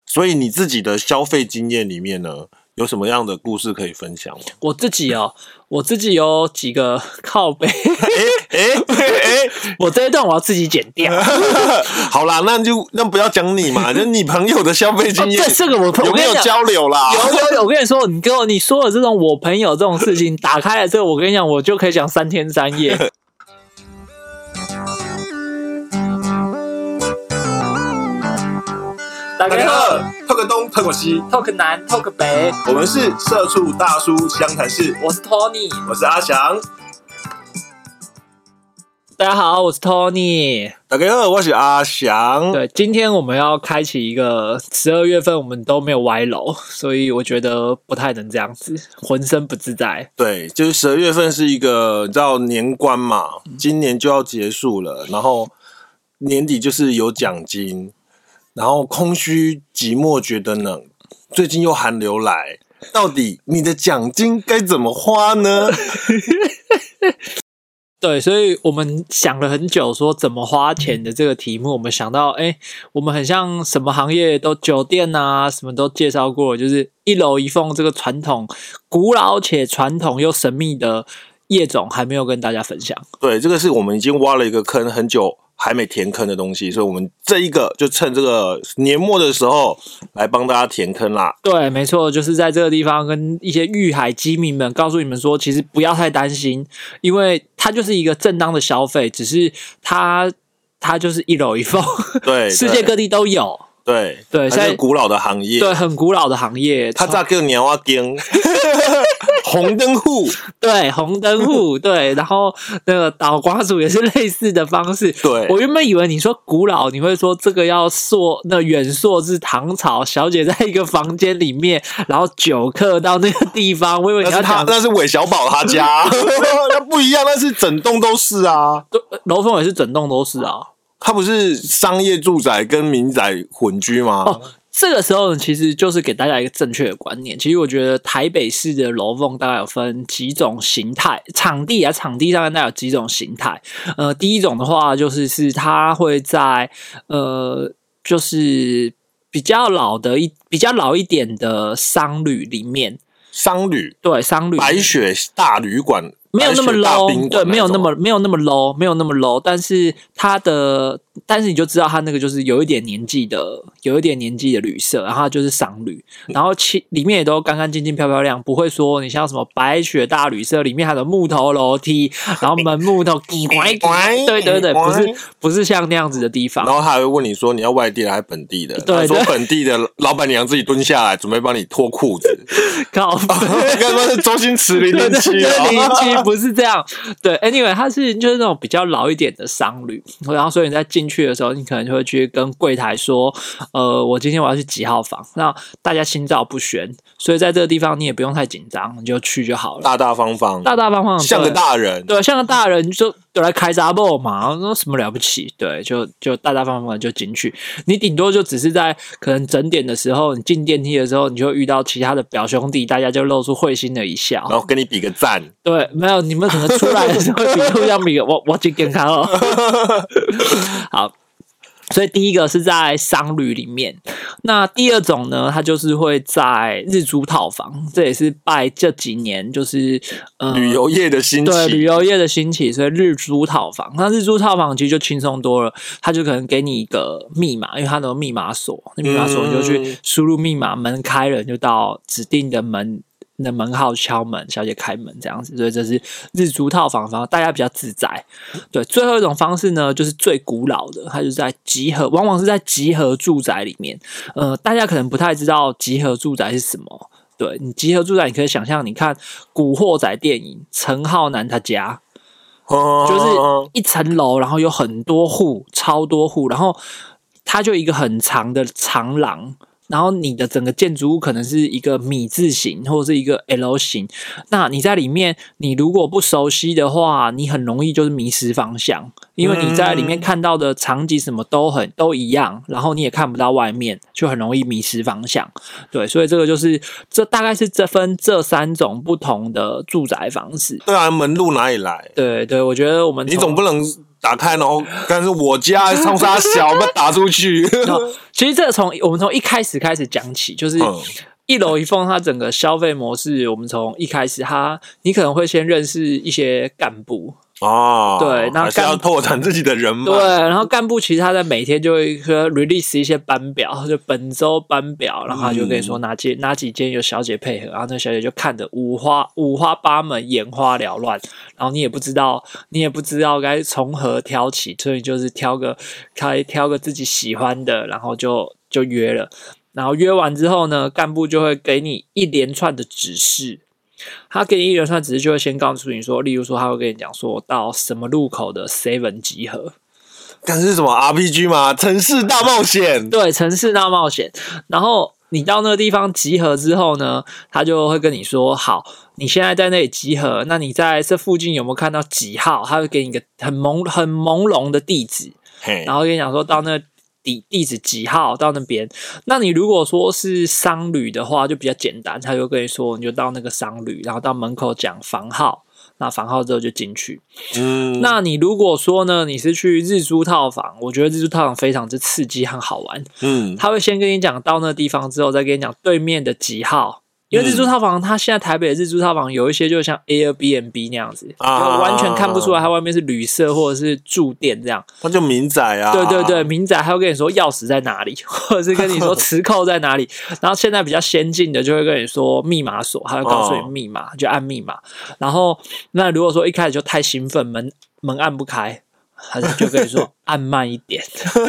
所以你自己的消费经验里面呢，有什么样的故事可以分享吗？ 我自己有几个靠北，我这一段我要自己剪掉。 好啦，那不要讲你嘛，就你朋友的消费经验， 这个有没有交流啦？ 有，我跟你说，你说的这种我朋友这种事情，打开了这个，我跟你讲，我就可以讲3天3夜。大家好 ，talk 东 talk 西 ，talk 南 talk 北， 我们是社畜大叔湘潭市， 我是 Tony， 我是阿翔。 大家好，我是 Tony。 大家好，我是阿翔。 对，今天我们要开启一个12月份，我们都没有歪楼，所以我觉得不太能这样子，浑身不自在。 对，就是12月份是一个你知道年关嘛，今年就要结束了，然后年底就是有奖金，然后空虚寂寞觉得冷，最近又寒流来，到底你的奖金该怎么花呢？ 对，所以我们想了很久，说怎么花钱的这个题目，我们想到，我们很像什么行业都酒店啊，什么都介绍过，就是一楼一凤这个传统、古老且传统又神秘的业种，还没有跟大家分享。 对，这个是我们已经挖了一个坑很久还没填坑的东西，所以我们这一个就趁这个年末的时候来帮大家填坑啦。 对，没错，就是在这个地方跟一些玉海基民们告诉你们说，其实不要太担心，因为它就是一个正当的消费，只是它就是一楼一凤， 对， 世界各地都有。 对， 对， 它是古老的行业， 对，很古老的行业。 它咋叫鸟啊羹？红灯户， 对，红灯户，对，然后那个倒瓜组也是类似的方式。 对， 我原本以为你说古老，你会说这个要远溯至唐朝，小姐在一个房间里面，然后酒客到那个地方，我以为你要讲那是韦小宝他家，那不一样，那是整栋都是啊， 楼凤也是整栋都是啊。 它不是商业住宅跟民宅混居吗？ 哦，这个时候其实就是给大家一个正确的观念。其实我觉得台北市的楼凤大概有分几种形态，场地上大概有几种形态。第一种的话就是它会在就是比较老一点的商旅里面。 商旅， 对，商旅， 白雪大旅馆。 没有那么 low， 对，没有那么 low， 但是你就知道它那个就是有一点年纪的旅社，然后它就是商旅，然后里面也都干干净净、漂漂亮，不会说你像什么白雪大旅社里面还有木头楼梯，然后门木头对，不是像那样子的地方。 然后他还会问你说你要外地的还是本地的？ 对， 说本地的老板娘自己蹲下来准备帮你脱裤子。 靠， 刚刚是周星驰007 不是这样。对 ，anyway， 它就是那种比较老一点的商旅，然后所以你在进去的时候，你可能就会去跟柜台说，我今天我要去几号房，那大家心照不宣，所以在这个地方你也不用太紧张，你就去就好了， 大大方方，像个大人， 对，像个大人就来开闸布嘛，说什么了不起，对，就大大方方的就进去，你顶多就只是在可能整点的时候，你进电梯的时候，你就会遇到其他的表兄弟，大家就露出会心的一笑， 然后跟你比个赞， 对，没有，你们可能出来的时候会互相比个我去健康哦，好。所以第一个是在商旅里面，那第二种呢，它就是会在日租套房，这也是拜这几年就是旅游业的兴起， 对，旅游业的兴起，所以日租套房，那日租套房其实就轻松多了，它就可能给你一个密码，因为它有密码锁，那密码锁你就去输入密码，门开了就到指定的门。的门号敲门，小姐开门这样子，所以这是日租套房，大家比较自在。对，最后一种方式呢，就是最古老的，它就是在往往是在集合住宅里面。大家可能不太知道集合住宅是什么。对，你集合住宅，你可以想象，你看古惑仔电影陈浩南他家，就是一层楼，然后有很多户，超多户，然后它就一个很长的长廊。然后你的整个建筑物可能是一个米字形或者是一个 L 型，那你在里面，你如果不熟悉的话，你很容易就是迷失方向，因为你在里面看到的场景什么都一样，然后你也看不到外面，就很容易迷失方向。对，所以这大概是这3种不同的住宅方式。 对啊，门路哪里来？ 对，我觉得你总不能打开，然后但是我家冲沙小，被打出去。 其实这个我们从一开始讲起，就是一楼一凤它整个消费模式，我们从一开始你可能会先认识一些干部。对，那还是要拓展自己的人脉。 对，然后干部其实他在每天就会 release 一些班表，就本周班表，然后他就跟你说哪几间有小姐配合，然后那小姐就看得五花八门，眼花缭乱，然后你也不知道该从何挑起，所以就是挑个自己喜欢的，然后就约了，然后约完之后呢，干部就会给你一连串的指示。他给你一连串指示，就会先告诉你说，例如说，他会跟你讲说到什么路口的 Seven 集合。 但是什么 RPG 吗？城市大冒险。 对，城市大冒险。然后你到那个地方集合之后呢，他就会跟你说，好，你现在在那里集合，那你在这附近有没有看到几号？他会给你一个很朦胧的地址，然后跟你讲说到那地址几号到那边。那你如果说是商旅的话，就比较简单，他就跟你说，你就到那个商旅，然后到门口讲房号，那房号之后就进去。那你如果说呢，你是去日租套房，我觉得日租套房非常之刺激和好玩。他会先跟你讲到那地方之后，再跟你讲对面的几号。因为日租套房，它现在台北的日租套房有一些就像 Airbnb 那样子，就完全看不出来它外面是旅社或者是住店这样。 那就民宅啊。 对，民宅还会跟你说钥匙在哪里，或者是跟你说磁扣在哪里。然后现在比较先进的就会跟你说密码锁，还会告诉你密码，就按密码。然后那如果说一开始就太兴奋，门按不开，他就跟你说按慢一点。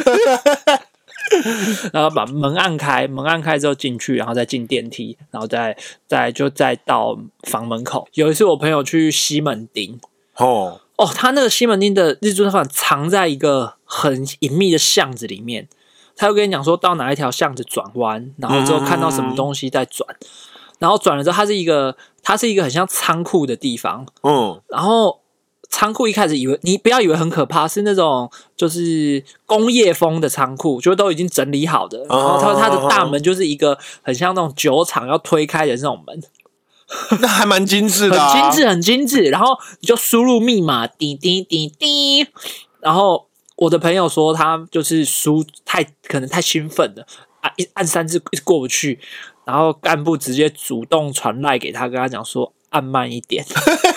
然后把门按开之后进去，然后再进电梯，然后再到房门口。有一次我朋友去西门町，他那个西门町的日租套房藏在一个很隐秘的巷子里面，他会跟你讲说到哪一条巷子转弯，然后之后看到什么东西再转，然后转了之后它是一个很像仓库的地方，然后仓库一开始你不要以为很可怕，是那种就是工业风的仓库，就都已经整理好的。然后它的大门就是一个很像那种酒厂要推开的那种门， 那还蛮精致的很精致。然后你就输入密码，滴滴滴滴。然后我的朋友说他就是可能太兴奋了啊，一按3次过不去，然后干部直接主动传赖给他，跟他讲说按慢一点。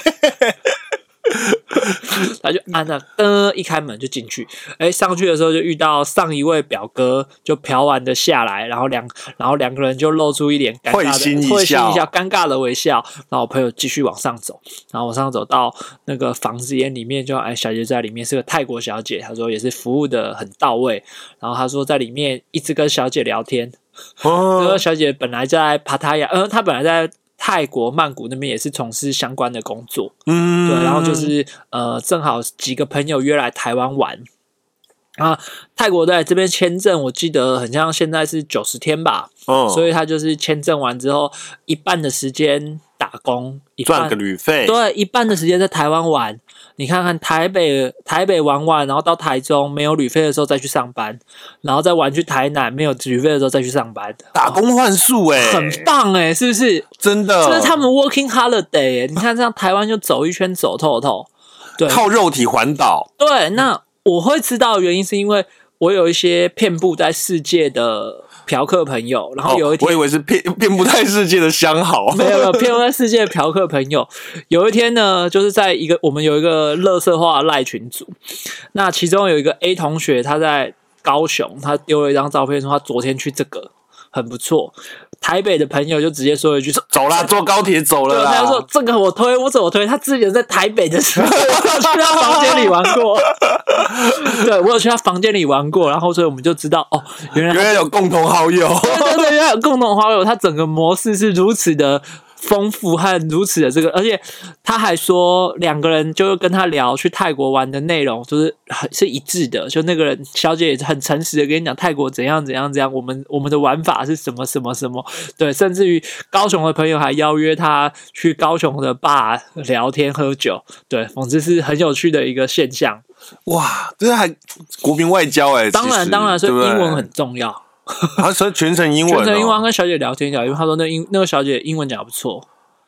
他就按了一开门就进去，上去的时候就遇到上一位表哥就嫖完的下来，然后两个人就露出一脸尴尬的会心一笑尴尬的微笑，然后我朋友继续往上走，然后往上走到那个房子眼里面，就小姐在里面是个泰国小姐，她说也是服务的很到位，然后她说在里面一直跟小姐聊天，这个小姐本来在帕塔亚，她本来在泰国曼谷那边也是从事相关的工作，对，然后就是正好几个朋友约来台湾玩啊，泰国在这边签证我记得很像现在是90天吧，所以他就是签证完之后一半的时间打工， 赚个旅费， 对，一半的时间在台湾玩。你看看台北玩完，然后到台中没有旅费的时候再去上班，然后再玩去台南没有旅费的时候再去上班， 打工换宿很棒是不是？ 真的， 这是他们 working holiday 你看这样台湾就走一圈走透透，对， 靠肉体环岛。 对，那我会知道的原因是因为我有一些遍布在世界的嫖客朋友，然后有一天， 我以为是遍布在世界的相好， 没有遍布在世界的嫖客朋友。有一天呢，就是在我们有一个垃圾话的赖群组，那其中有一个 A 同学，他在高雄，他丢了一张照片，说他昨天去这个很不错。台北的朋友就直接说一句：“ 走啦，坐高铁走了啦。” 他就说：“这个我推，我怎么推？”他之前在台北的时候，我有去他房间里玩过。对，我有去他房间里玩过，然后所以我们就知道原来有共同好友。 对，原来有共同好友，他整个模式是如此的丰富和如此的这个，而且他还说两个人就跟他聊去泰国玩的内容，就是是一致的。就那个人小姐也很诚实的跟你讲泰国怎样，我们的玩法是什么，对，甚至于高雄的朋友还邀约他去高雄的bar聊天喝酒，对，总之是很有趣的一个现象。 哇，这还国民外交当然，所以英文很重要。 所以全程英文， 全程英文跟小姐聊天，因为他说那个小姐英文讲得不错。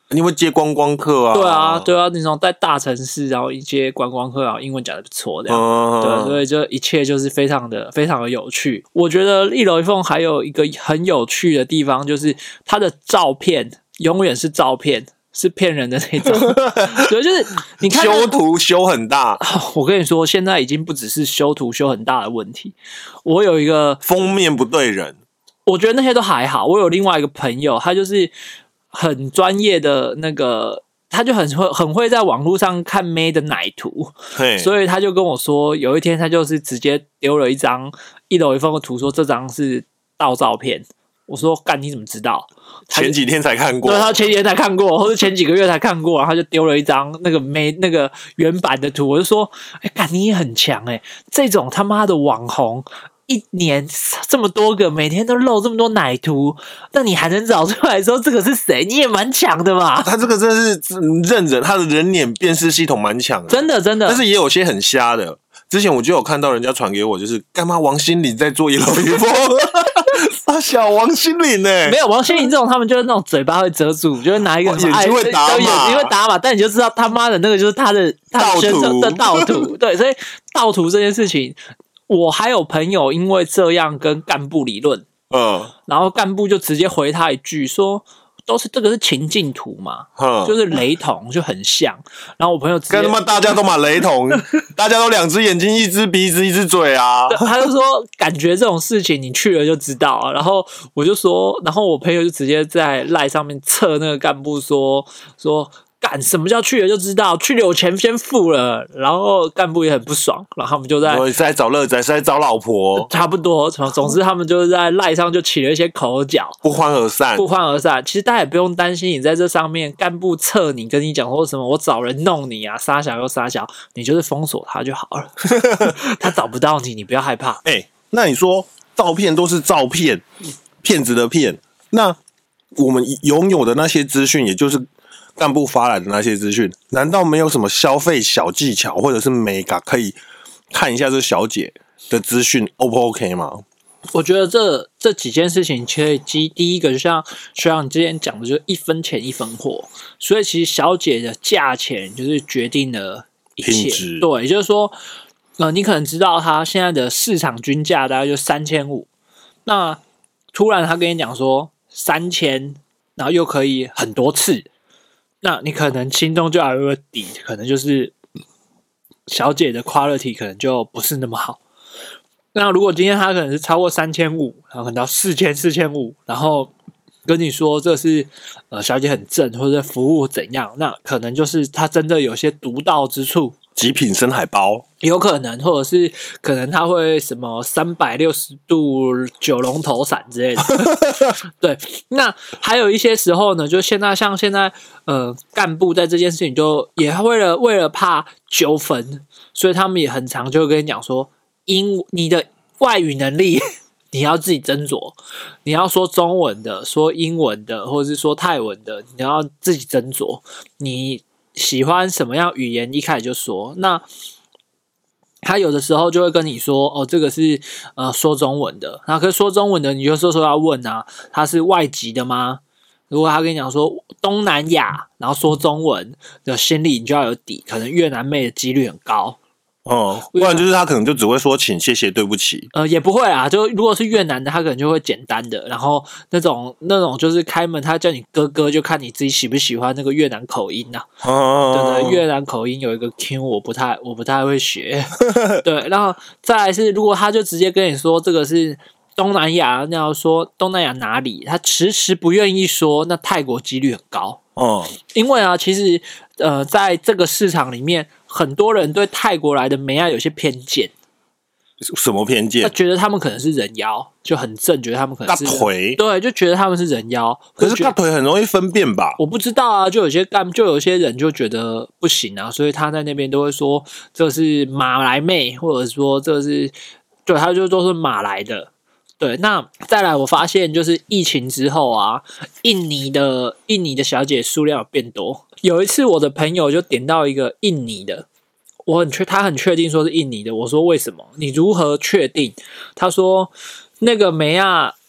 你会接观光客啊？ 对啊，对啊，那种在大城市，然后一些观光客，然后英文讲的不错这样，对，所以就一切就是非常的有趣。我觉得一楼一凤还有一个很有趣的地方，就是它的照片永远是照片。是骗人的那种，对，就是你看修图修很大。 我跟你说，现在已经不只是修图修很大的问题。我有一个封面不对人， 我觉得那些都还好。我有另外一个朋友，他就是很专业的那个，他就很会在网络上看妹的奶图，所以他就跟我说，有一天他就是直接丢了一张一楼一凤的图，说这张是盗照片。我说干，你怎么知道？ 前几天才看过， 对，他前几天才看过，或者前几个月才看过，然后他就丢了一张那个原版的图。我就说，干，你也很强这种他妈的网红，一年这么多个，每天都露这么多奶图，那你还能找出来说这个是谁？你也蛮强的嘛。 他这个真的是认人，他的人脸辨识系统蛮强的， 真的。 但是也有些很瞎的。之前我就有看到人家传给我，就是干嘛王心凌在做一楼一凤。小王心凌没有王心凌这种，他们就是那种嘴巴会遮住，就会拿一个眼睛会打码， 眼睛会打码，但你就知道他妈的那个就是他的选手的盗图。对，所以盗图这件事情，我还有朋友因为这样跟干部理论，然后干部就直接回他一句说。这个是情境图嘛，就是雷同，就很像。然后我朋友跟他妈大家都蛮雷同，大家都两只眼睛、一只鼻子、一只嘴啊。 他就说，感觉这种事情你去了就知道啊。然后我就说，然后我朋友就直接在赖上面测那个干部说。干什么叫去了就知道？去了我钱先付了，然后干部也很不爽，然后他们就在是在找乐仔，是在找老婆， 差不多。总之他们就是在赖上就起了一些口角， 不欢而散。 其实大家也不用担心，你在这上面干部测你，跟你讲说什么我找人弄你啊，杀小又杀小，你就是封锁他就好了，他找不到你，你不要害怕。 那你说照片都是照片，骗子的骗，那我们拥有的那些资讯，也就是干部发来的那些资讯，难道没有什么消费小技巧或者是mega可以看一下这小姐的资讯 O 不 OK 吗？ 我觉得这几件事情可以第一个就像学长之前讲的，就是1分钱1分货，所以其实小姐的价钱就是决定了一切。对，也就是说，你可能知道她现在的市场均价大概就3500，那突然她跟你讲说3000，然后又可以很多次。那你可能心中就有个底，可能就是小姐的 quality 可能就不是那么好。那如果今天她可能是超过3500，然后可能到4500，然后跟你说这是小姐很正，或者服务怎样，那可能就是她真的有些独到之处。 极品深海包有可能，或者是可能他会什么360度九龙头伞之类的。对，那还有一些时候呢，就像现在干部在这件事情就也为了怕纠纷，所以他们也很常就会跟你讲说，你的外语能力你要自己斟酌，你要说中文的、说英文的，或者是说泰文的，你要自己斟酌。你喜欢什么样语言，一开始就说。那他有的时候就会跟你说，这个是说中文的。那可是说中文的，你就说要问啊，他是外籍的吗？如果他跟你讲说东南亚，然后说中文的，心里你就要有底，可能越南妹的几率很高。 不然就是他可能就只会说请、谢谢、对不起。 也不会啊，就如果是越南的，他可能就会简单的，然后那种就是开门，他叫你哥哥，就看你自己喜不喜欢那个越南口音啊。对，越南口音有一个 Q， 我不太会学。对，然后再来是，如果他就直接跟你说这个是东南亚，那要说东南亚哪里，他迟迟不愿意说，那泰国几率很高。因为啊，其实在这个市场里面，很多人对泰国来的美亚有些偏见。 什么偏见？ 他觉得他们可能是人妖，就很正，觉得他们可能是大腿， 对，就觉得他们是人妖。 可是大腿很容易分辨吧？ 我不知道啊，就有些人就觉得不行啊，所以他在那边都会说这是马来妹，或者说这是对，他就都是马来的。对，那再来，我发现就是疫情之后啊，印尼的小姐数量有变多。有一次，我的朋友就点到一个印尼的，他很确定说是印尼的。我说为什么？你如何确定？他说那个梅亚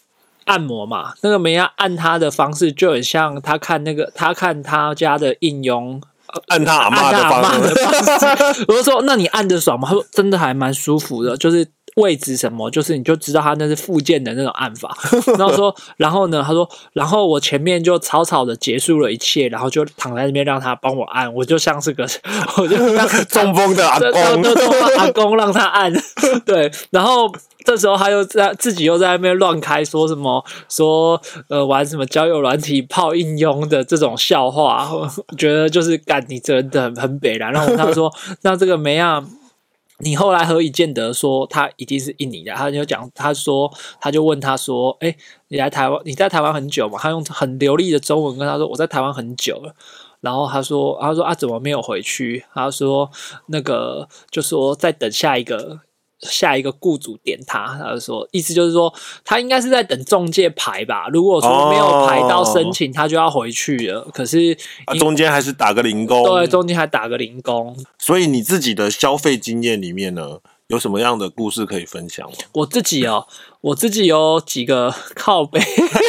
按摩嘛，那个梅亚按他的方式就很像他看他家的应用。 按他阿嬷的方式，我就说那你按得爽吗？他说真的还蛮舒服的，就是位置什么，就是你就知道他那是复健的那种按法。然后说，然后呢，他说，然后我前面就草草的结束了一切，然后就躺在那边让他帮我按，我就像是个，我就像中风的阿公， 阿公让他按，对，然后。这时候他又自己又在那边乱开，说什么玩什么交友软体泡应用的这种笑话，我觉得就是干你真的很北蓝。然后他说，那这个梅亚，你后来何以见得说他一定是印尼的？他就问他说，你在台湾很久嘛？他用很流利的中文跟他说，我在台湾很久了。然后他说啊，怎么没有回去？他说那个就说再等下一个雇主点他就说，意思就是说他应该是在等中介排吧。如果说没有排到申请，他就要回去了。可是中间还是打个零工， 对，中间还打个零工。 所以你自己的消费经验里面呢，有什么样的故事可以分享吗？ 我自己有几个靠北，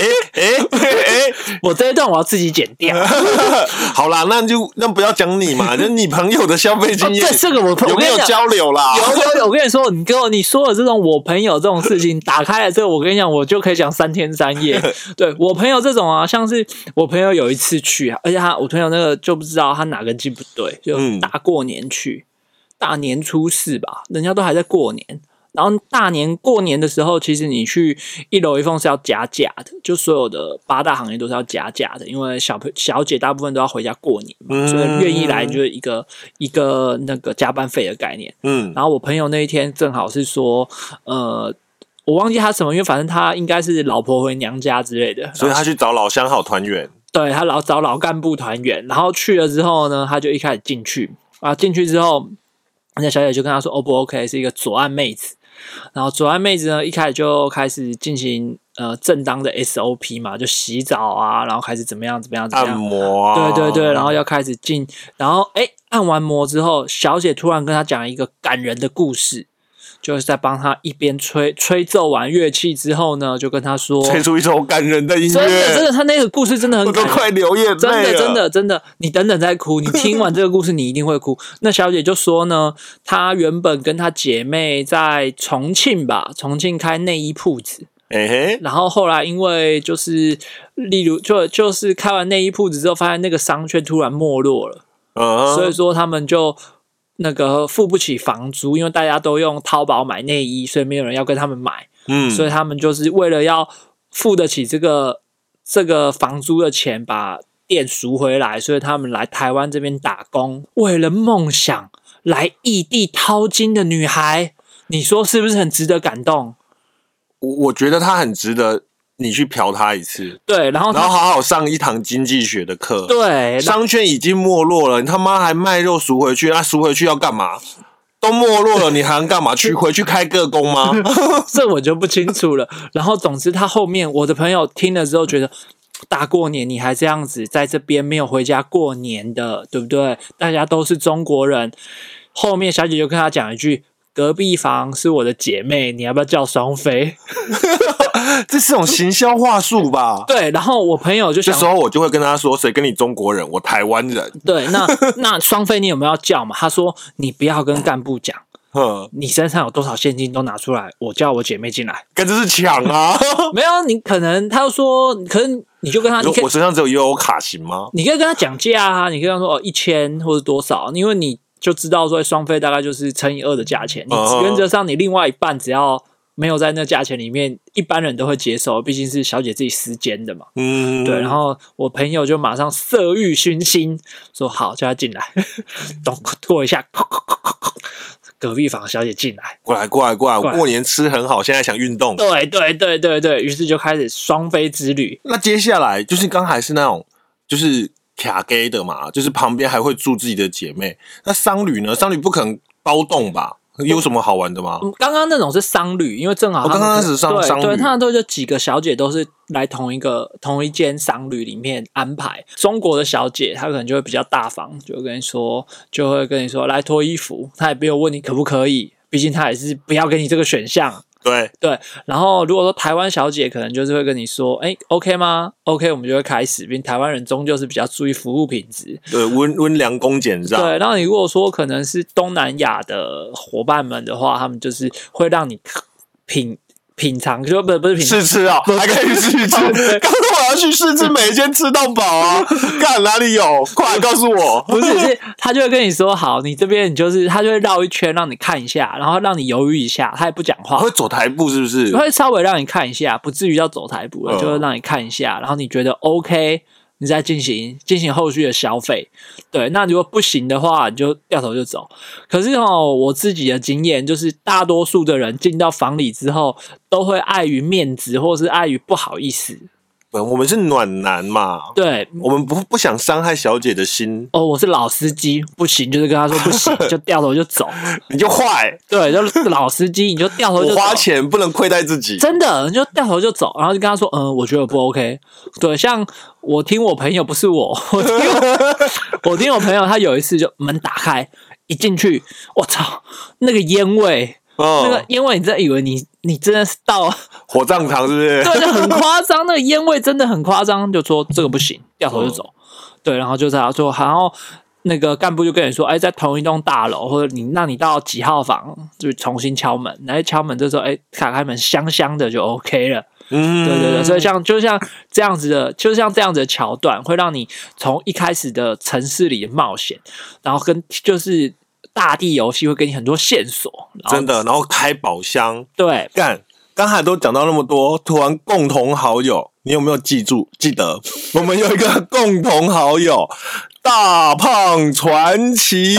我这一段我要自己剪掉。 好啦，那不要讲你嘛，就你朋友的消费经验， 这个有没有交流啦？ 有，我跟你说，你说的这种我朋友这种事情，打开了这个，我跟你讲，我就可以讲3天3夜。对我朋友这种啊，像是我朋友有一次去，而且我朋友那个就不知道他哪根筋不对，就大过年去，大年初4吧，人家都还在过年。然后过年的时候，其实你去一楼一凤是要加价的，就所有的8大行业都是要加价的，因为小姐大部分都要回家过年嘛，所以愿意来就是一个那个加班费的概念。然后我朋友那一天正好是说，我忘记他什么，因为反正他应该是老婆回娘家之类的， 所以他去找老乡好团圆。 对，他找老干部团圆，然后去了之后呢，他就一开始进去之后，那小姐就跟他说 O 不 OK， 是一个左岸妹子。然后左岸妹子呢，一开始就开始进行正当的 SOP 嘛，就洗澡啊，然后开始怎么样按摩啊， 对，然后要开始然后按完摩之后，小姐突然跟他讲一个感人的故事，就是在帮他一边吹奏完乐器之后呢，就跟他说， 吹出一首感人的音乐， 真的，他那个故事真的很感人， 我都快流眼泪了， 真的，你等等再哭，你听完这个故事你一定会哭。那小姐就说呢，她原本跟她姐妹在重庆开内衣铺子。然后后来因为就是例如就是开完内衣铺子之后，发现那个商圈突然没落了，所以说他们就那个付不起房租，因为大家都用淘宝买内衣，所以没有人要跟他们买，所以他们就是为了要付得起这个房租的钱，把店赎回来，所以他们来台湾这边打工，为了梦想来异地淘金的女孩，你说是不是很值得感动？ 我觉得他很值得你去嫖他一次， 对，然后好好上一堂经济学的课。 对， 商圈已经没落了，你他妈还卖肉赎回去？那赎回去要干嘛？都没落了，你还能干嘛？回去开个工吗？ 这我就不清楚了。然后总之，他后面我的朋友听了之后觉得，大过年你还这样子在这边没有回家过年的，对不对？大家都是中国人。后面小姐就跟他讲一句，隔壁房是我的姐妹，你要不要叫双飞？ 这是种行销话术吧？ 对，然后我朋友就想， 这时候我就会跟他说：“谁跟你中国人？我台湾人。” 对，那双飞你有没有要叫嘛？他说：“你不要跟干部讲，你身上有多少现金都拿出来，我叫我姐妹进来。” 跟这是抢啊！ 没有，你可能他就说，可能你就跟他， 我身上只有悠游卡行吗？ 你可以跟他讲价啊，你可以跟他说1000或者多少，因为你就知道说双飞大概就是乘以2的价钱，你原则上你另外一半只要没有在那价钱里面，一般人都会接受，毕竟是小姐自己私间的嘛。对。然后我朋友就马上色欲熏心，说好叫他进来，过一下，隔壁房小姐进来， 过来，过年吃很好，现在想运动。 对，于是就开始双飞之旅。 那接下来就是刚还是那种就是卡 gay 的嘛，就是旁边还会住自己的姐妹。那商旅呢？商旅不可能包栋吧？有什么好玩的吗？ 刚刚那种是商旅，因为正好刚刚是商旅， 对，他们都就几个小姐都是来同一间商旅里面安排。中国的小姐她可能就会比较大方，就会跟你说来脱衣服，她也没有问你可不可以，毕竟她也是不要给你这个选项。 对， 然后如果说台湾小姐可能就是会跟你说，OK 吗 ？OK， 我们就会开始，因为台湾人终究是比较注意服务品质， 对，温良恭俭让。 对，然后你如果说可能是东南亚的伙伴们的话，他们就是会让你品尝，就不是品尝， 试吃啊，还可以试吃。刚刚我要去试吃，每间吃到饱啊！干哪里有？快来告诉我！ 不是，他就会跟你说好，你这边你就是他就会绕一圈让你看一下，然后让你犹豫一下，他也不讲话， 会走台步是不是？ 会稍微让你看一下，不至于要走台步了，就会让你看一下，然后你觉得 OK。你再进行后续的消费，对，那如果不行的话，你就掉头就走。可是我自己的经验就是，大多数的人进到房里之后，都会碍于面子，或是碍于不好意思。 我们是暖男嘛， 对， 我们不想伤害小姐的心。 我是老司机，不行就是跟他说不行，就掉头就走。 你就坏， 对，就老司机，你就掉头就走。 我花钱不能亏待自己， 真的，你就掉头就走，然后就跟他说，我觉得不 OK。对，像我听我朋友，不是我听我朋友，他有一次就门打开，一进去，我操，那个烟味。那个烟味，你真的以为你真的是到火葬场是不是？ 对，就很夸张，那个烟味真的很夸张，就说这个不行，掉头就走。对，然后就在说，然后那个干部就跟你说，在同一栋大楼，或者你到几号房，就重新敲门，来敲门，这时候打开门，香香的就 OK 了。对，所以就像这样子的桥段，会让你从一开始的城市里的冒险，然后跟就是大地游戏会给你很多线索， 真的，然后开宝箱， 对， 刚才都讲到那么多，突然共同好友，你有没有记得我们有一个共同好友大胖传奇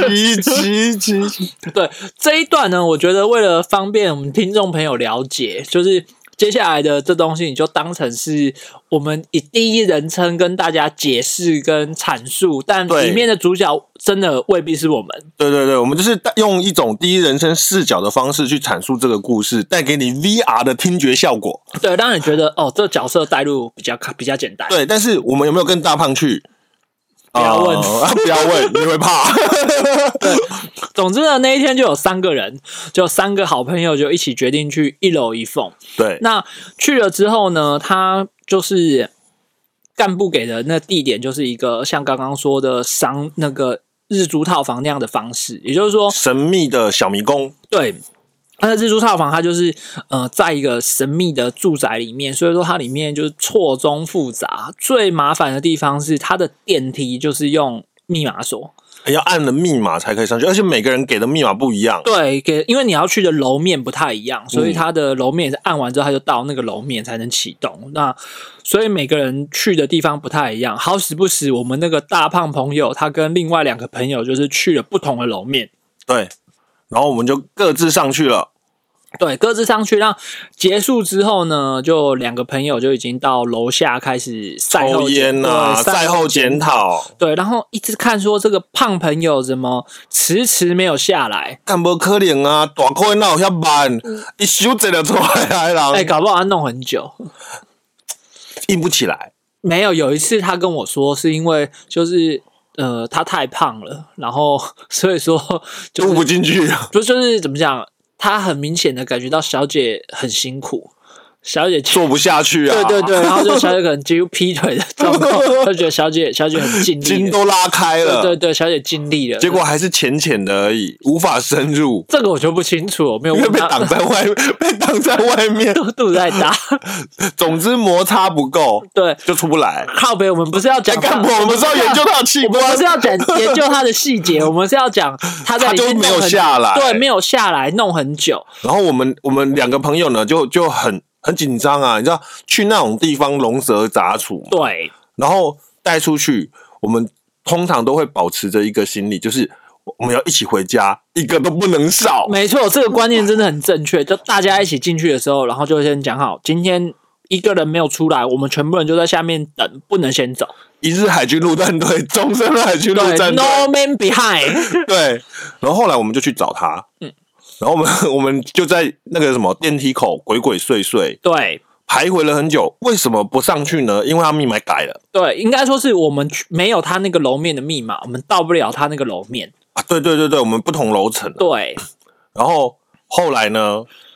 对，这一段呢，我觉得为了方便我们听众朋友了解，就是接下来的这东西你就当成是我们以第一人称跟大家解释跟阐述，但里面的主角真的未必是我们。对， 我们就是用一种第一人称视角的方式去阐述这个故事，带给你 VR 的听觉效果。 对，让你觉得这个角色带入比较简单。 对，但是我们有没有跟大胖去？ 不要问， 不要问，你会怕。 对，总之呢，那一天就有3个人，就3个好朋友就一起决定去一楼一凤。 对， 那去了之后呢，他就是干部给的那地点，就是一个像刚刚说的那个日租套房那样的方式，也就是说神秘的小迷宫。 对。它的日租套房，它就是在一个神秘的住宅里面，所以说它里面就是错综复杂。最麻烦的地方是它的电梯就是用密码锁， 要按了密码才可以上去，而且每个人给的密码不一样。 对，因为你要去的楼面不太一样，所以它的楼面是按完之后，它就到那个楼面才能启动。那所以每个人去的地方不太一样。好死不死，我们那个大胖朋友他跟另外2个朋友就是去了不同的楼面。 对，然后我们就各自上去了。 对，各自上去。让结束之后呢，就2个朋友就已经到楼下开始抽烟啊，赛后检讨。 对，然后一直看说这个胖朋友怎么迟没有下来， 干不可能啊，大块哪有遐慢，一休息就出来了。 搞不好他弄很久， 硬不起来。 没有一次他跟我说，是因为就是他太胖了，然后所以说就录不进去， 就是怎么讲。他很明显的感觉到小姐很辛苦，小姐做不下去啊！ 对，然后就小姐可能几乎劈腿的状况，就觉得小姐很尽力， 筋都拉开了。 对，小姐尽力了， 结果还是浅的而已，无法深入。 这个我就不清楚，我没有问他， 被挡在外面， 肚子太大。 总之摩擦不够， 对， 就出不来。 靠北，我们不是要讲干部，我们是要研究他的器官， 我们是要讲研究他的细节，我们是要讲他在里面没有下来， 对，没有下来，弄很久。 然后我们2个朋友呢，就很紧张啊，你知道去那种地方龙蛇杂处， 对， 然后带出去，我们通常都会保持着一个心理，就是我们要一起回家，一个都不能少。 没错，这个观念真的很正确。就大家一起进去的时候，然后就先讲好，今天一个人没有出来，我们全部人就在下面等，不能先走。 一日海军陆战队，终身海军陆战队 ，No man behind。 对，然后后来我们就去找他，然后我们就在那个什么电梯口鬼祟祟， 对， 徘徊了很久。为什么不上去呢？因为他密码改了。 对，应该说是我们没有他那个楼面的密码，我们到不了他那个楼面啊。对，我们不同楼层。 对， 然后后来呢，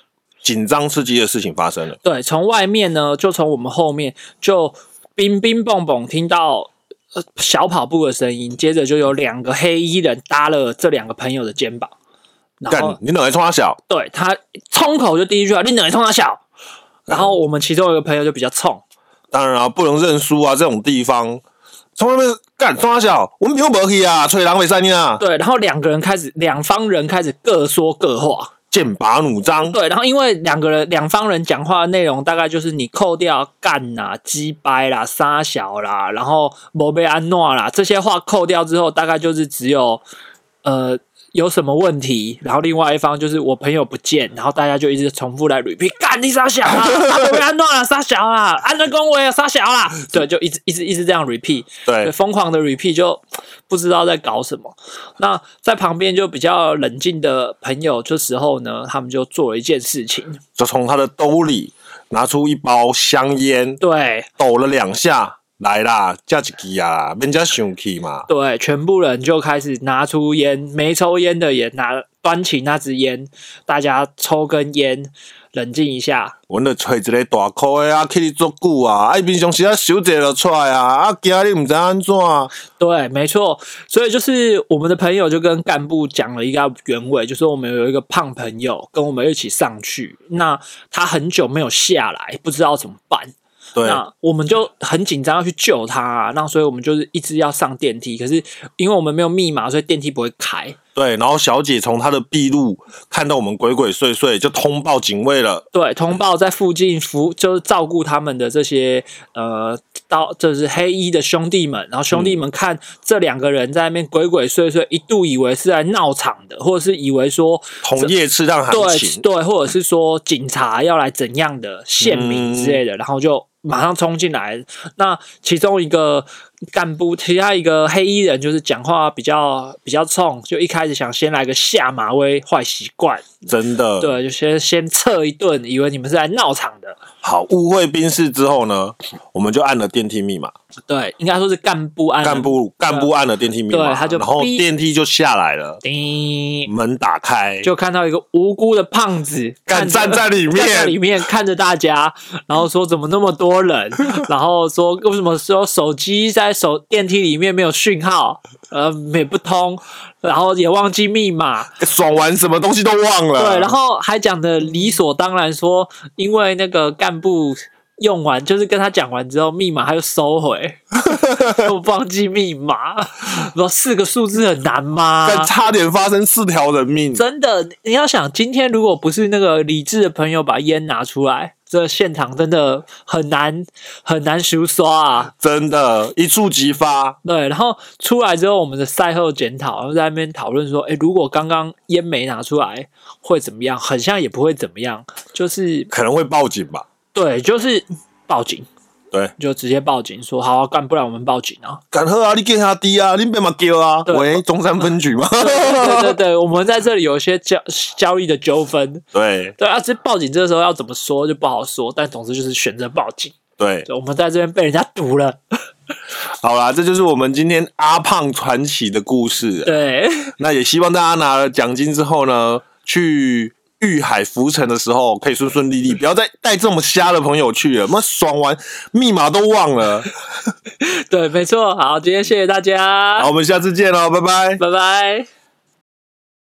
紧张刺激的事情发生了。 对，从外面呢，就从我们后面就冰冰蹦蹦听到小跑步的声音，接着就有2个黑衣人搭了这2个朋友的肩膀，然后你两个冲他小， 对他冲口就第一句话，你两个冲他小，然后我们其中有一个朋友就比较冲， 当然啊，不能认输啊，这种地方从外面干冲他小，我们朋友不去啊，吹狼尾赛啊。 对，然后两方人开始各说各话。 剑拔弩张， 对，然后因为两方人讲话的内容大概就是你扣掉干啦、鸡掰啦、杀小啦，然后没被安诺啦这些话扣掉之后，大概就是只有有什么问题，然后另外一方就是我朋友不见，然后大家就一直重复来 repeat， 干你杀小啦，没被安诺啦，杀小啦，安诺恭维杀小啦，对，就一直这样 repeat， 对，疯狂的 repeat 就不知道在搞什么。那在旁边就比较冷静的朋友，这时候呢，他们就做了一件事情， 就从他的兜里拿出一包香烟， 对， 抖了2下。来啦，加一支啊，免这生气嘛。 对，全部人就开始拿出烟，没抽烟的也端起那支烟，大家抽根烟，冷静一下。 阮就找一个大箍的啊，去你足久啊，平常时收一个就出来啊，今日唔知安怎。 对，没错，所以就是我们的朋友就跟干部讲了一个原委，就说我们有一个胖朋友跟我们一起上去，那他很久没有下来，不知道怎么办。 对， 那我们就很紧张要去救他啊，那所以我们就是一直要上电梯，可是因为我们没有密码，所以电梯不会开。 对，然后小姐从她的壁路看到我们鬼鬼祟祟，就通报警卫了。 对，通报在附近就是照顾他们的这些就是黑衣的兄弟们，然后兄弟们看这2个人在那边鬼鬼祟祟，一度以为是来闹场的，或者是以为说同业吃让行情， 对，或者是说警察要来怎样的县民之类的，然后就马上冲进来。那其中一个干部，其他一个黑衣人就是讲话比较冲，就一开始想先来个下马威坏习惯， 真的， 对，就先测一顿，以为你们是来闹场的。 好，误会宾士之后呢，我们就按了电梯密码。 对，应该说是干部按了电梯密码， 对，他就然后电梯就下来了， 叮， 门打开， 就看到一个无辜的胖子站在里面看着大家，然后说怎么那么多人，然后说为什么说手机在电梯里面没有讯号，也不通，然后也忘记密码， 爽完什么东西都忘了。 对，然后还讲的理所当然说，因为那个干部用完，就是跟他讲完之后，密码他就收回，我忘记密码。说4个数字很难吗？ 但差点发生4条人命。 真的，你要想，今天如果不是那个理智的朋友把烟拿出来，这现场真的很难收刷啊！ 真的，一触即发。 对，然后出来之后，我们的赛后检讨，然后在那边讨论说，如果刚刚烟没拿出来会怎么样？很像也不会怎么样，就是可能会报警吧。 对，就是报警。 对， 就直接报警说好啊，干不然我们报警啊！ 干喝啊，你给他低啊，你别嘛叫啊！喂，中山分局吗？ 对，我们在这里有一些交易的纠纷。 对啊，这报警这个时候要怎么说就不好说，但总之就是选择报警。 对， 我们在这边被人家堵了。 好啦，这就是我们今天阿胖传奇的故事。 对， 那也希望大家拿了奖金之后呢，去玉海浮沉的时候可以顺顺利利，不要再带这么瞎的朋友去了，我们爽完密码都忘了。 对，没错。好，今天谢谢大家， 好，我们下次见喽，拜拜， 拜拜。